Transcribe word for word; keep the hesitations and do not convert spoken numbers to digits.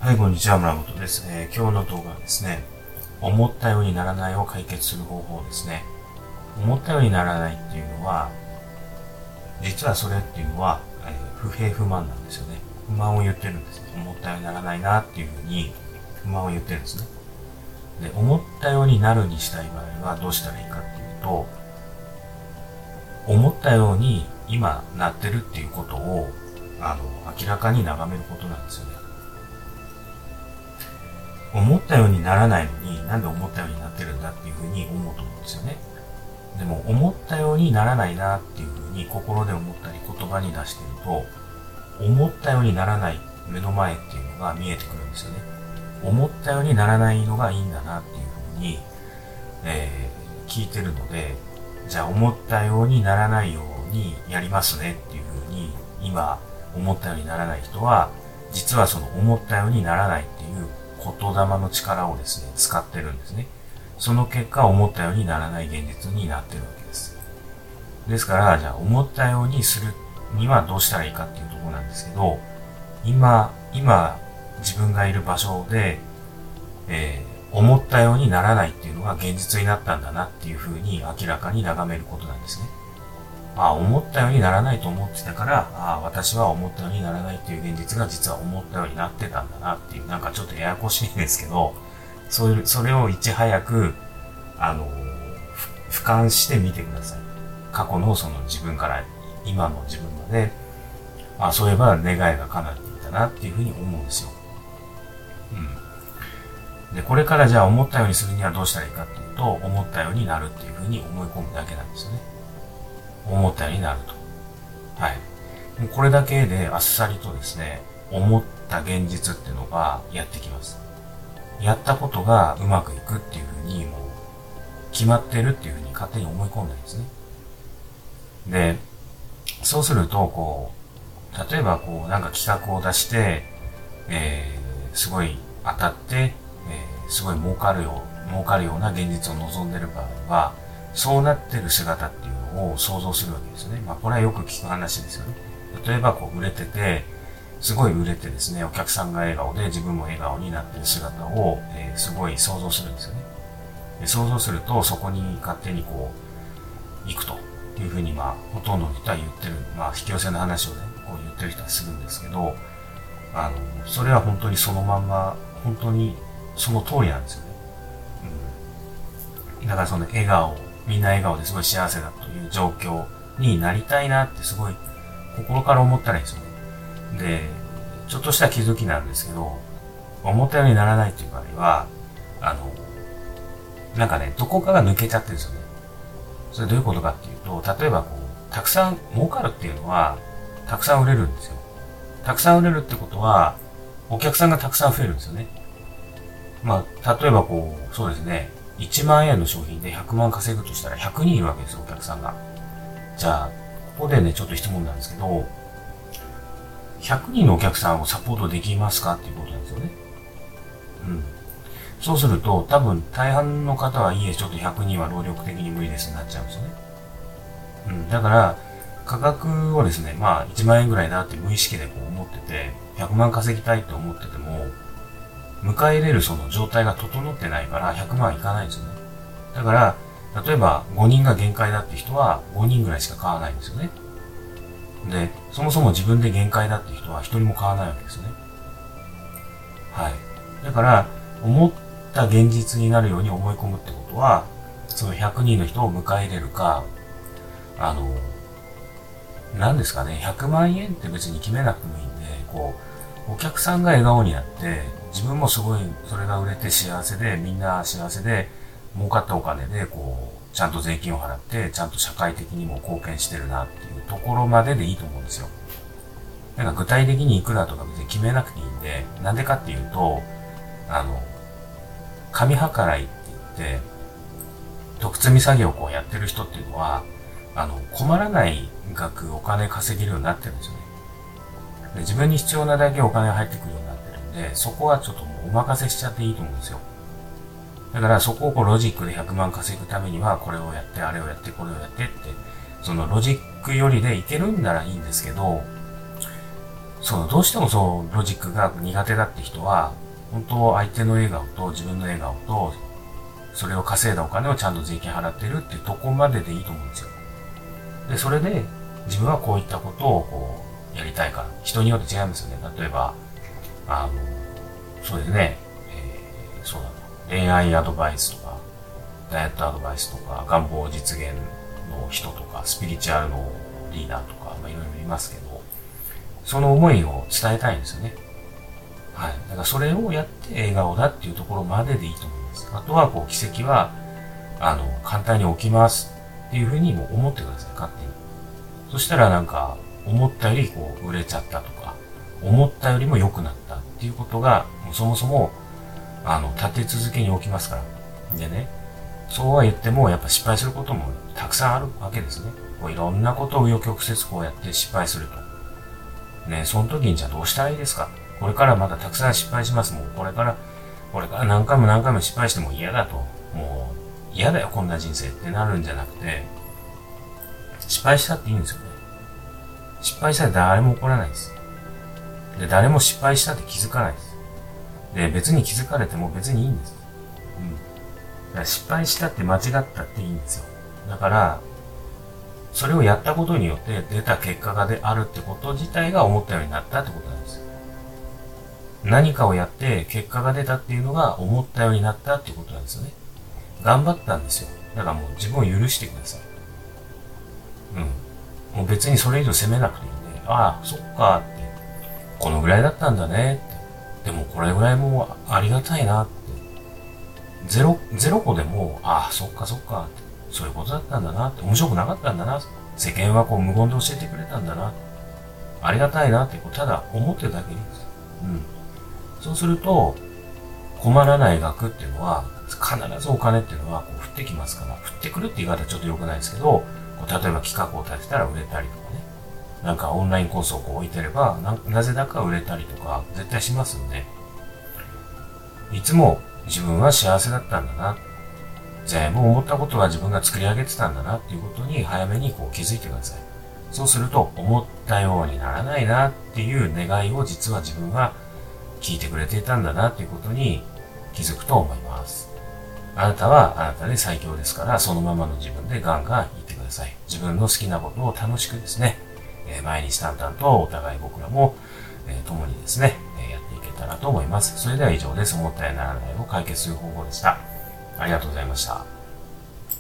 はい、こんにちは、村本です。えー今日の動画はですね、思ったようにならないを解決する方法ですね。思ったようにならないっていうのは、実はそれっていうのは、えー不平不満なんですよね。不満を言ってるんです。思ったようにならないなっていうふうに不満を言ってるんですね。で、思ったようになるにしたい場合はどうしたらいいかっていうと、思ったように今なってるっていうことを、あの、明らかに眺めることなんですよね。思ったようにならないのになんで思ったようになってるんだっていうふうに思うと思うんですよね。でも思ったようにならないなっていうふうに心で思ったり言葉に出してると、思ったようにならない目の前っていうのが見えてくるんですよね。思ったようにならないのがいいんだなっていうふうに、えー、聞いてるので、じゃあ思ったようにならないようにやりますねっていうふうに今思ったようにならない人は、実はその思ったようにならないっていう言霊の力をですね、使ってるんですね。その結果、思ったようにならない現実になってるわけです。ですから、じゃあ思ったようにするにはどうしたらいいかっていうところなんですけど、今、今、自分がいる場所で、えー、思ったようにならないっていうのが現実になったんだなっていうふうに明らかに眺めることなんですね。ああ、思ったようにならないと思ってたから、ああ、私は思ったようにならないっていう現実が実は思ったようになってたんだなっていう、なんかちょっとややこしいんですけど、そういう、それをいち早く、あの、ふ俯瞰してみてください。過去のその自分から今の自分まで、あ、そういえば願いが叶っていたなっていうふうに思うんですよ。うん。で、これからじゃあ思ったようにするにはどうしたらいいかっていうと、思ったようになるっていうふうに思い込むだけなんですよね。思ったようになると。はい。もうこれだけであっさりとですね、思った現実っていうのがやってきます。やったことがうまくいくっていうふうにもう決まってるっていうふうに勝手に思い込んでるんですね。で、そうすると、こう、例えばこう、なんか企画を出して、えー、すごい当たって、えー、すごい儲かるよう、儲かるような現実を望んでる場合は、そうなってる姿っていうのを想像するわけですよね。まあ、これはよく聞く話ですよね。例えばこう、売れてて、すごい売れてですね、お客さんが笑顔で自分も笑顔になっている姿を、えー、すごい想像するんですよね。で想像すると、そこに勝手にこう、行くというふうに、まあ、ほとんどの人は言ってる、まあ、引き寄せの話をね、こう言ってる人はするんですけど、あの、それは本当にそのまんま、本当にその通りなんですよね。うん。だからその笑顔、みんな笑顔ですごい幸せだという状況になりたいなってすごい心から思ったらいいんですよね。で、ちょっとした気づきなんですけど、思ったようにならないっていう場合は、あの、なんかね、どこかが抜けちゃってるんですよね。それどういうことかっていうと、例えばこう、たくさん儲かるっていうのは、たくさん売れるんですよ。たくさん売れるってことは、お客さんがたくさん増えるんですよね。まあ、例えばこう、そうですね、いちまんえんの商品でひゃくまん稼ぐとしたらひゃくにんいるわけですよ、お客さんが。じゃあ、ここでね、ちょっと質問なんですけど、ひゃくにんのお客さんをサポートできますかっていうことなんですよね。うん。そうすると、多分大半の方は、いいえ、ちょっとひゃくにんは労力的に無理ですになっちゃうんですよね。うん。だから、価格をですね、まあいちまんえんぐらいだって無意識でこう思ってて、ひゃくまん稼ぎたいって思ってても、迎え入れるその状態が整ってないからひゃくまんいかないんですよね。だから、例えばごにんが限界だって人はごにんぐらいしか買わないんですよね。で、そもそも自分で限界だって人はひとりも買わないわけですよね。はい。だから、思った現実になるように思い込むってことは、そのひゃくにんの人を迎え入れるか、あの、何ですかね、ひゃくまんえんって別に決めなくてもいいんで、こう、お客さんが笑顔になって、自分もすごいそれが売れて幸せで、みんな幸せで、儲かったお金で、こう、ちゃんと税金を払って、ちゃんと社会的にも貢献してるなっていうところまででいいと思うんですよ。なんか具体的にいくらとか別に決めなくていいんで、なんでかっていうと、あの、神計らいって言って、徳積み作業をこうやってる人っていうのは、あの、困らない額お金稼げるようになってるんですよね。で自分に必要なだけお金が入ってくるようになってるんで、そこはちょっともうお任せしちゃっていいと思うんですよ。だからそこをこうロジックでひゃくまん稼ぐためには、これをやって、あれをやって、これをやってって、そのロジックよりでいけるんならいいんですけど、 そう、どうしてもそう、ロジックが苦手だって人は、本当相手の笑顔と自分の笑顔と、それを稼いだお金をちゃんと税金払ってるっていうとこまででいいと思うんですよ。で、それで自分はこういったことをこうやりたいから、人によって違いますよね。例えば、あの、そうですね、えー、そうだな、恋愛アドバイスとか、ダイエットアドバイスとか、願望実現の人とか、スピリチュアルのリーダーとか、まあいろいろいますけど、その思いを伝えたいんですよね。はい。だからそれをやって笑顔だっていうところまででいいと思います。あとはこう奇跡は、あの、簡単に起きますっていうふうにも思ってください、勝手に。そしたらなんか、思ったよりこう売れちゃったとか、思ったよりも良くなったっていうことが、もうそもそも、あの、立て続けに起きますから。でね、そうは言ってもやっぱ失敗することもたくさんあるわけですね。こういろんなことを紆余曲折こうやって失敗すると。ね、その時にじゃあどうしたらいいですか？これからまだたくさん失敗します。もうこれから、これから何回も何回も失敗しても嫌だと。もう嫌だよこんな人生ってなるんじゃなくて、失敗したっていいんですよね。失敗したら誰も怒らないです。で、誰も失敗したって気づかないです。で、別に気づかれても別にいいんです。うん。だから失敗したって間違ったっていいんですよ。だから、それをやったことによって出た結果がであるってこと自体が思ったようになったってことなんですよ。何かをやって結果が出たっていうのが思ったようになったってことなんですよね。頑張ったんですよ。だからもう自分を許してください。うん。もう別にそれ以上責めなくていいんで、ああ、そっかって、このぐらいだったんだねって、でもこれぐらいもありがたいなって、ゼロ、ゼロ個でも、ああ、そっかそっかって、そういうことだったんだなって、面白くなかったんだな、世間はこう無言で教えてくれたんだな、ありがたいなってこうただ思ってるだけでいいんです。うん。そうすると、困らない額っていうのは、必ずお金っていうのはこう降ってきますから、降ってくるって言い方はちょっと良くないですけど、こう例えば企画を立てたら売れたりとかね、なんかオンラインコースをこう置いてればな、なぜだか売れたりとか、絶対しますんで、いつも自分は幸せだったんだな、全部思ったことは自分が作り上げてたんだなっていうことに早めにこう気づいてください。そうすると、思ったようにならないなっていう願いを実は自分は聞いてくれていたんだなっていうことに気づくと思います。あなたはあなたで最強ですから、そのままの自分でガンガン言ってください。自分の好きなことを楽しくですね、えー、毎日淡々とお互い僕らも、えー、共にですね、えー、やっていけたらと思います。それでは以上です。思ったようにならないを解決する方法でした。ありがとうございました。